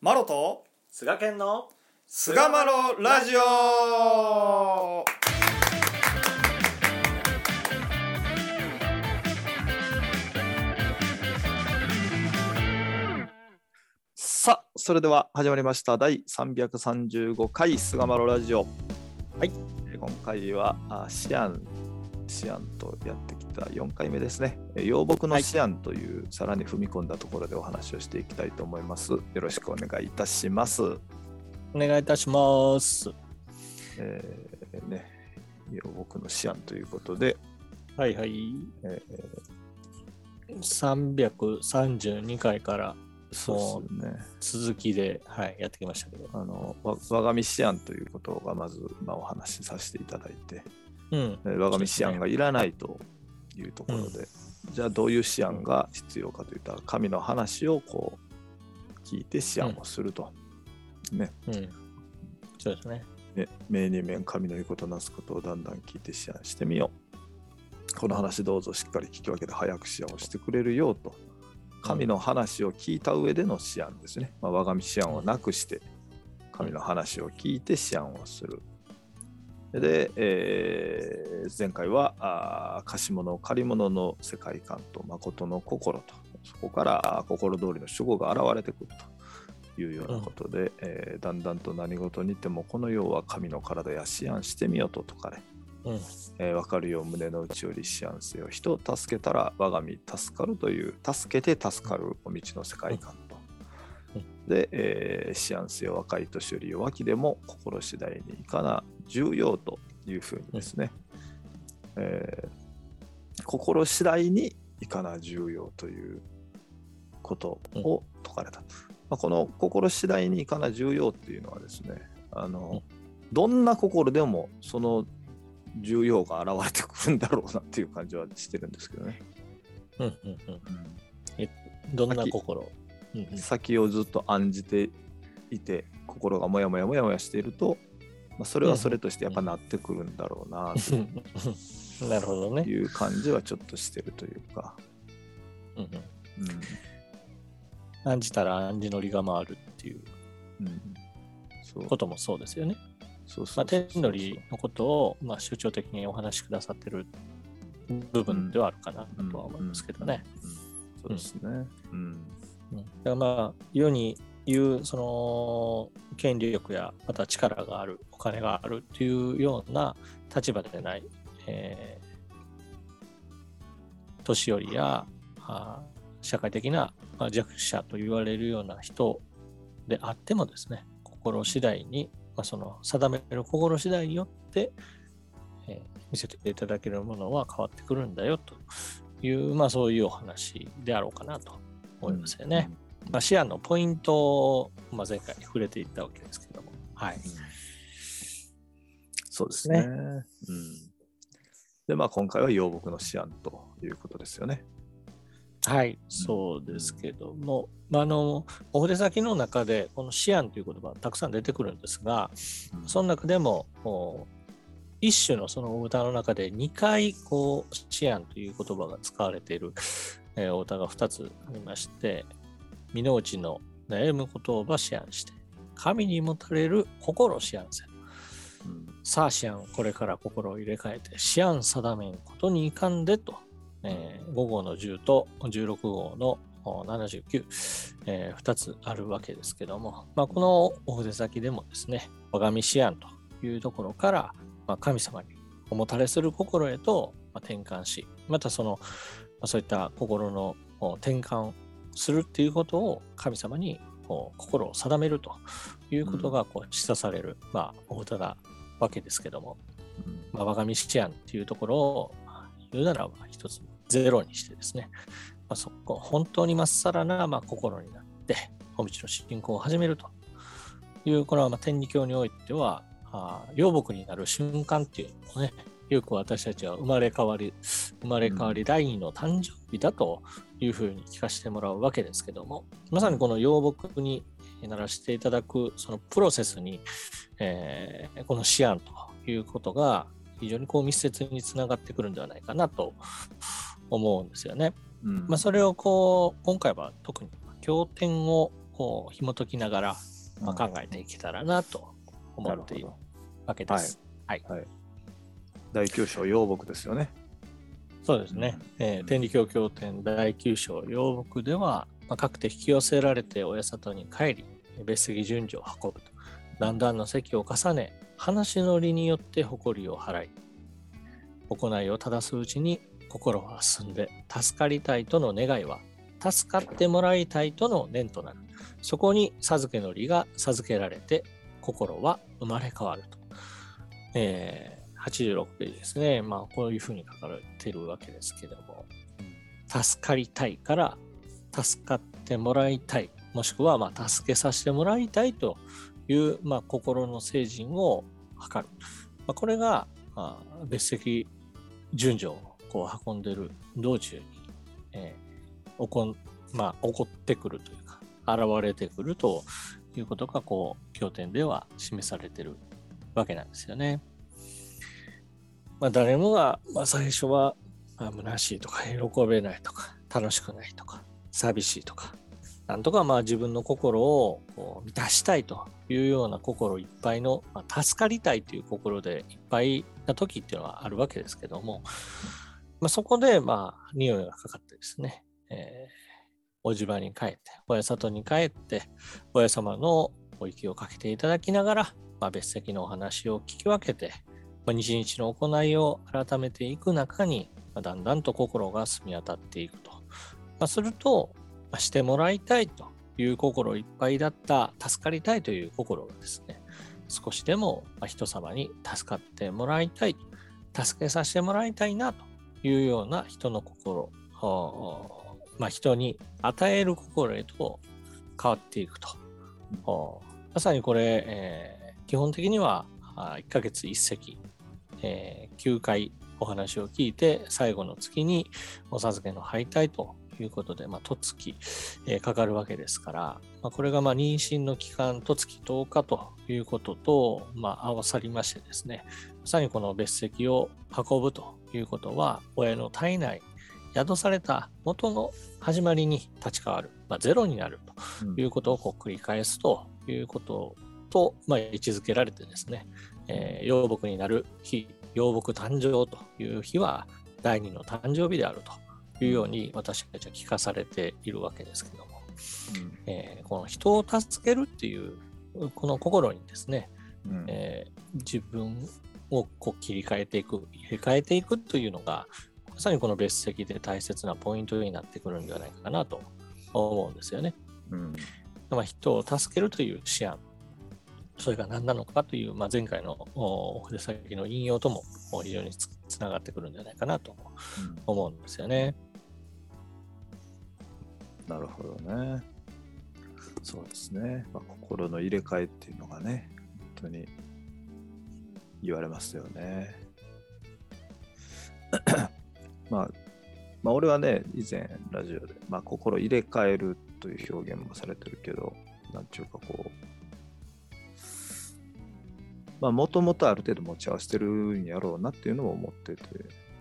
マロと菅健の菅マロラジオ。さあ、それでは始まりました第335回菅マロラジオ。はい、今回はシアンとやってきた4回目ですね。養木のシアンという、さらに踏み込んだところでお話をしていきたいと思います。よろしくお願いいたします。 お願いいたします。 養木のシアンということで、 はいはい。332回からそうですね、 続きで、はい、やってきましたけど、 我が身シアンということがまず、お話しさせていただいて、我が身シアンがいらないというところで、じゃあどういうシアンが必要かといったら、神の話をこう聞いてシアンをすると、 そうですね。 目に面神の言うことなすことをだんだん聞いてシアンしてみよう。この話どうぞしっかり聞き分けて早くシアンをしてくれるようと、神の話を聞いた上でのシアンですね。我が身シアンをなくして神の話を聞いてシアンをする。で、前回は貸物借り物の世界観と誠の心と、そこから心通りの主語が現れてくるというようなことで、だんだんと何事にてもこの世は神の体や思案してみよと説かれ、分かるよう胸の内より思案せよ、人を助けたら我が身助かるという、助けて助かるお道の世界観と、で、思案せよ若い年より弱きでも心次第にいかな重要というふうにですね、心次第にいかな重要ということを説かれた。この心次第にいかな重要っていうのはですね、どんな心でもその重要が現れてくるんだろうなっていう感じはしてるんですけどね。 どんな心？ 先をずっと案じていて心がもやもやもやもやしていると、それはそれとしてやっぱなってくるんだろうなとなるほどね。 いう感じはちょっとしてるというか、 案じたら案じのりが回るっていうこともそうですよね。天理のことを象徴的にお話しくださってる部分ではあるかなとは思いますけどね。 そうですね。 だから世に言うその権力やまた力がある、お金があるっていうような立場でない、年寄りや社会的な弱者と言われるような人であってもですね、心次第に、その定める心次第によって、見せていただけるものは変わってくるんだよという、そういうお話であろうかなと思いますよね。シアンのポイントを、前回触れていったわけですけども、 そうですね。で、今回は養木のシアンということですよね。 はい、そうですけども、お筆先の中でこのシアンという言葉はたくさん出てくるんですが、その中でも一種のそのお歌の中で2回シアンという言葉が使われているお歌が2つありまして、身の内の悩むことをシアンして、神にもたれる心をシアンせ。さあシアン、これから心を入れ替えてシアン定めんことにいかんでと、5号の10と16号の79、2つあるわけですけども、このお筆先でもですね、我が身シアンというところから、神様におもたれする心へと転換し、またそういった心の転換するっていうことを神様に心を定めるということが示唆される、お歌なわけですけども、我が身シアンっていうところを言うならば一つゼロにしてですね、そこ本当にまっさらな心になって本道の信仰を始めるという、これは天理教においては養木になる瞬間っていうのをね、よく私たちは生まれ変わり第二の誕生日だというふうに聞かせてもらうわけですけども、まさにこの養木にならせていただくそのプロセスに、このシアンということが非常に密接につながってくるんではないかなと思うんですよね。それを今回は特に経典をこう紐解きながら、考えていけたらなと思っているわけです。はい。 第9章養木ですよね。 そうですね。天理教経典第9章養木では、かくて引き寄せられて親里に帰り、別席順序を運ぶと。だんだんの席を重ね、話の理によって誇りを払い、行いを正すうちに心は進んで、助かりたいとの願いは、助かってもらいたいとの念となる。そこに授けの理が授けられて、心は生まれ変わると。86ページですね。こういうふうに書かれているわけですけども、助かりたいから助かってもらいたい、もしくは助けさせてもらいたいという、心の成人を図る。これが別席順序をこう運んでいる道中に、起こってくるというか、現れてくるということがこう経典では示されているわけなんですよね。誰もが、最初は虚しいとか喜べないとか楽しくないとか寂しいとか、なんとか自分の心をこう満たしたいというような心いっぱいの、助かりたいという心でいっぱいな時っていうのはあるわけですけども、そこで匂いがかかってですね、おじ場に帰って親里に帰って親様のお息をかけていただきながら、別席のお話を聞き分けて、日々の行いを改めていく中に、だんだんと心が澄み渡っていくと。すると、してもらいたいという心いっぱいだった助かりたいという心がですね、少しでも人様に助かってもらいたい、助けさせてもらいたいなというような人の心、人に与える心へと変わっていくと。まさにこれ、基本的には1ヶ月1席、9回お話を聞いて最後の月にお授けの拝体ということで、と月、かかるわけですから、これが妊娠の期間と月10日ということと、合わさりましてですね、まさにこの別席を運ぶということは、親の体内宿された元の始まりに立ち変わる、ゼロになるということをこう繰り返すということと、位置づけられてですね、養木になる日、養木誕生という日は第二の誕生日であるというように私たちは聞かされているわけですけども、この人を助けるっていうこの心にですね、自分をこう切り替えていく、入れ替えていくというのがまさにこの別席で大切なポイントになってくるんじゃないかなと思うんですよね。人を助けるという思案、それが何なのかという、前回のお筆先の引用とも非常につながってくるんじゃないかなと思うんですよね。 なるほどね。そうですね。心の入れ替えっていうのがね、本当に言われますよね。俺はね、以前ラジオで、心入れ替えるという表現もされてるけど、なんていうかこう、もともとある程度持ち合わせてるんやろうなっていうのも思ってて、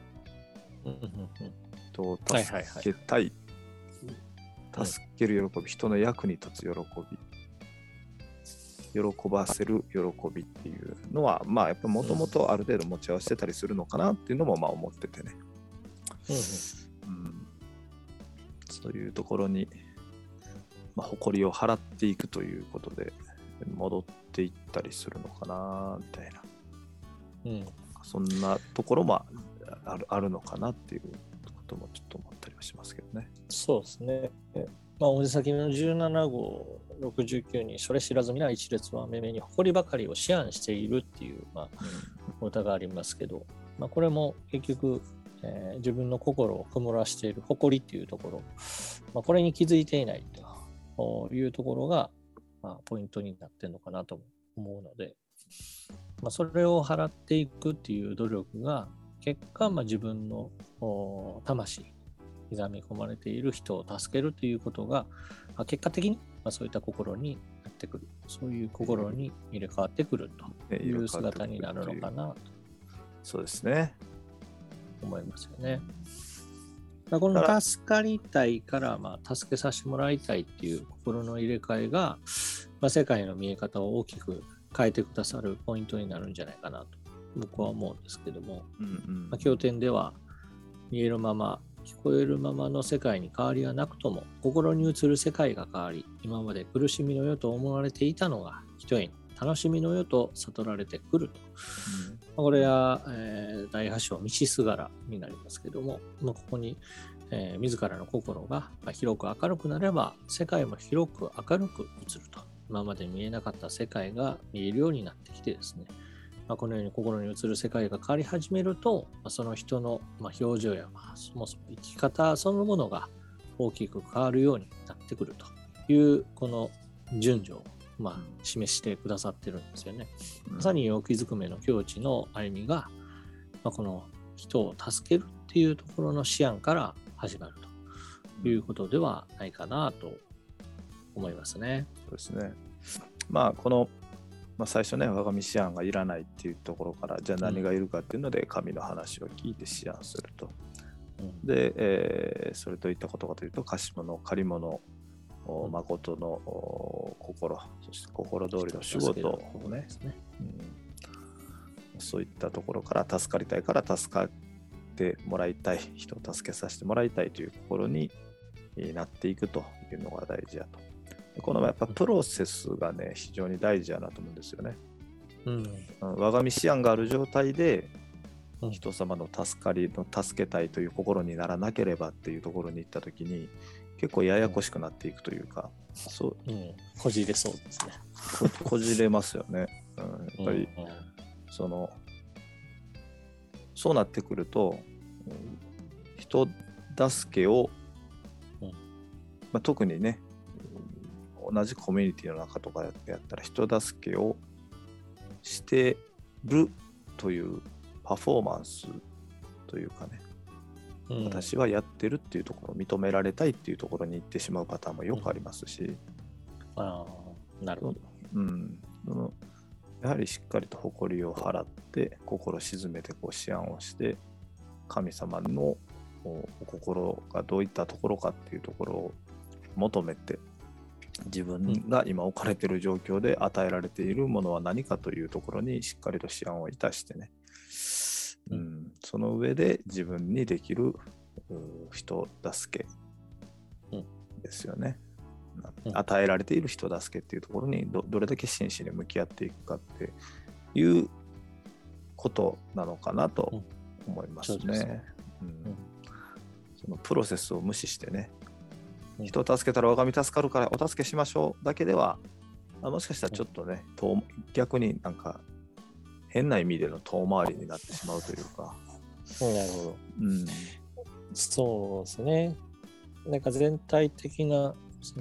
人を助けたい、助ける喜び、人の役に立つ喜び、喜ばせる喜びっていうのは、やっぱもともとある程度持ち合わせてたりするのかなっていうのも思っててね。そういうところに、誇りを払っていくということで戻っていったりするのかなみたいな、そんなところもあるのかなっていうこともちょっと思ったりはしますけどね。 そうですね。おじ先の17号69にそれ知らず皆一列はめめに誇りばかりを思案しているっていう、歌がありますけど、これも結局自分の心を曇らしている誇りっていうところ、これに気づいていないというところが、ポイントになっているのかなと思うので、それを払っていくっていう努力が結果、自分の魂刻み込まれている人を助けるということが、結果的に、そういった心になってくる、そういう心に入れ替わってくるという姿になるのかなと。 そうですね。 思いますよね。 この助かりたいから、助けさせてもらいたいっていう心の入れ替えが、世界の見え方を大きく変えてくださるポイントになるんじゃないかなと僕は思うんですけども、経典では見えるまま聞こえるままの世界に変わりはなくとも心に映る世界が変わり、今まで苦しみの世と思われていたのがひとえに楽しみの世と悟られてくると、これは、第8章道すがらになりますけども、ここに、自らの心が広く明るくなれば世界も広く明るく映ると、今まで見えなかった世界が見えるようになってきてですね、このように心に映る世界が変わり始めると、その人の表情やそもそも生き方そのものが大きく変わるようになってくるというこの順序を示してくださってるんですよね。まさに陽気づくめの境地の歩みが、この人を助けるっていうところの思案から始まるということではないかなと思いますね。 そうですね。この、最初ね、我が身思案がいらないっていうところから、じゃあ何がいるかっていうので、神の話を聞いて思案すると。で、それといったことかというと、貸し物、借り物、誠の心、そして心通りの仕事をね、そういったところから助かりたいから助かってもらいたい、人を助けさせてもらいたいという心になっていくというのが大事だと。このやっぱプロセスがね、非常に大事やなと思うんですよね。我が身思案がある状態で、人様の助かりの助けたいという心にならなければっていうところに行ったときに、結構ややこしくなっていくというか、 こじれそうですね。 こじれますよね。やっぱり、そうなってくると、人助けを、特にね、同じコミュニティの中とかやったら人助けをしてるというパフォーマンスというかね、私はやってるっていうところを認められたいっていうところに行ってしまうパターンもよくありますし、 なるほど。やはりしっかりと誇りを払って心を静めて思案をして神様のお心がどういったところかっていうところを求めて、自分が今置かれている状況で与えられているものは何かというところにしっかりと思案をいたしてね、その上で自分にできる人助けですよね。与えられている人助けっていうところに どれだけ真摯に向き合っていくかっていうことなのかなと思いますね。そのプロセスを無視してね、人を助けたら我が身助かるからお助けしましょうだけでは、もしかしたらちょっとね、逆になんか変な意味での遠回りになってしまうというか。 なるほど。そうですね。なんか全体的な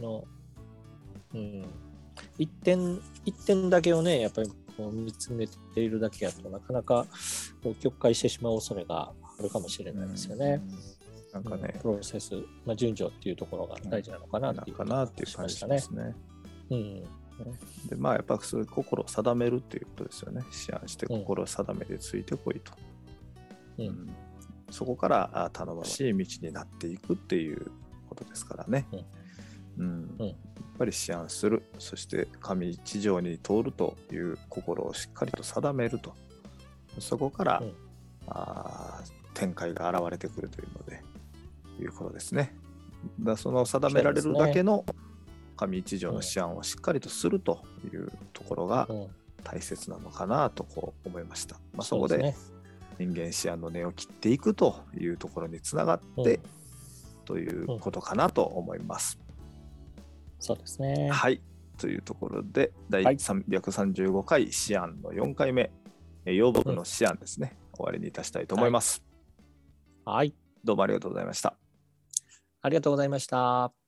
一点だけをね、やっぱり見つめているだけやとなかなか曲解してしまう恐れがあるかもしれないですよね。 なんかね、 プロセス、順序っていうところが大事なのかなっていう感じしましたね。 でやっぱそういう心を定めるっていうことですよね。思案して心を定めてついてこいと。そこから頼もしい道になっていくっていうことですからね。やっぱり思案する、そして神一条に通るという心をしっかりと定めると、そこから、展開が現れてくるというのでいうことですね。その定められるだけの神一条の思案をしっかりとするというところが大切なのかなと思いました。そこで人間思案の根を切っていくというところにつながってということかなと思います。 そうですね。 はい。というところで第335回思案の4回目、養牧の思案ですね、終わりにいたしたいと思います。 はい。 どうもありがとうございました。 ありがとうございました。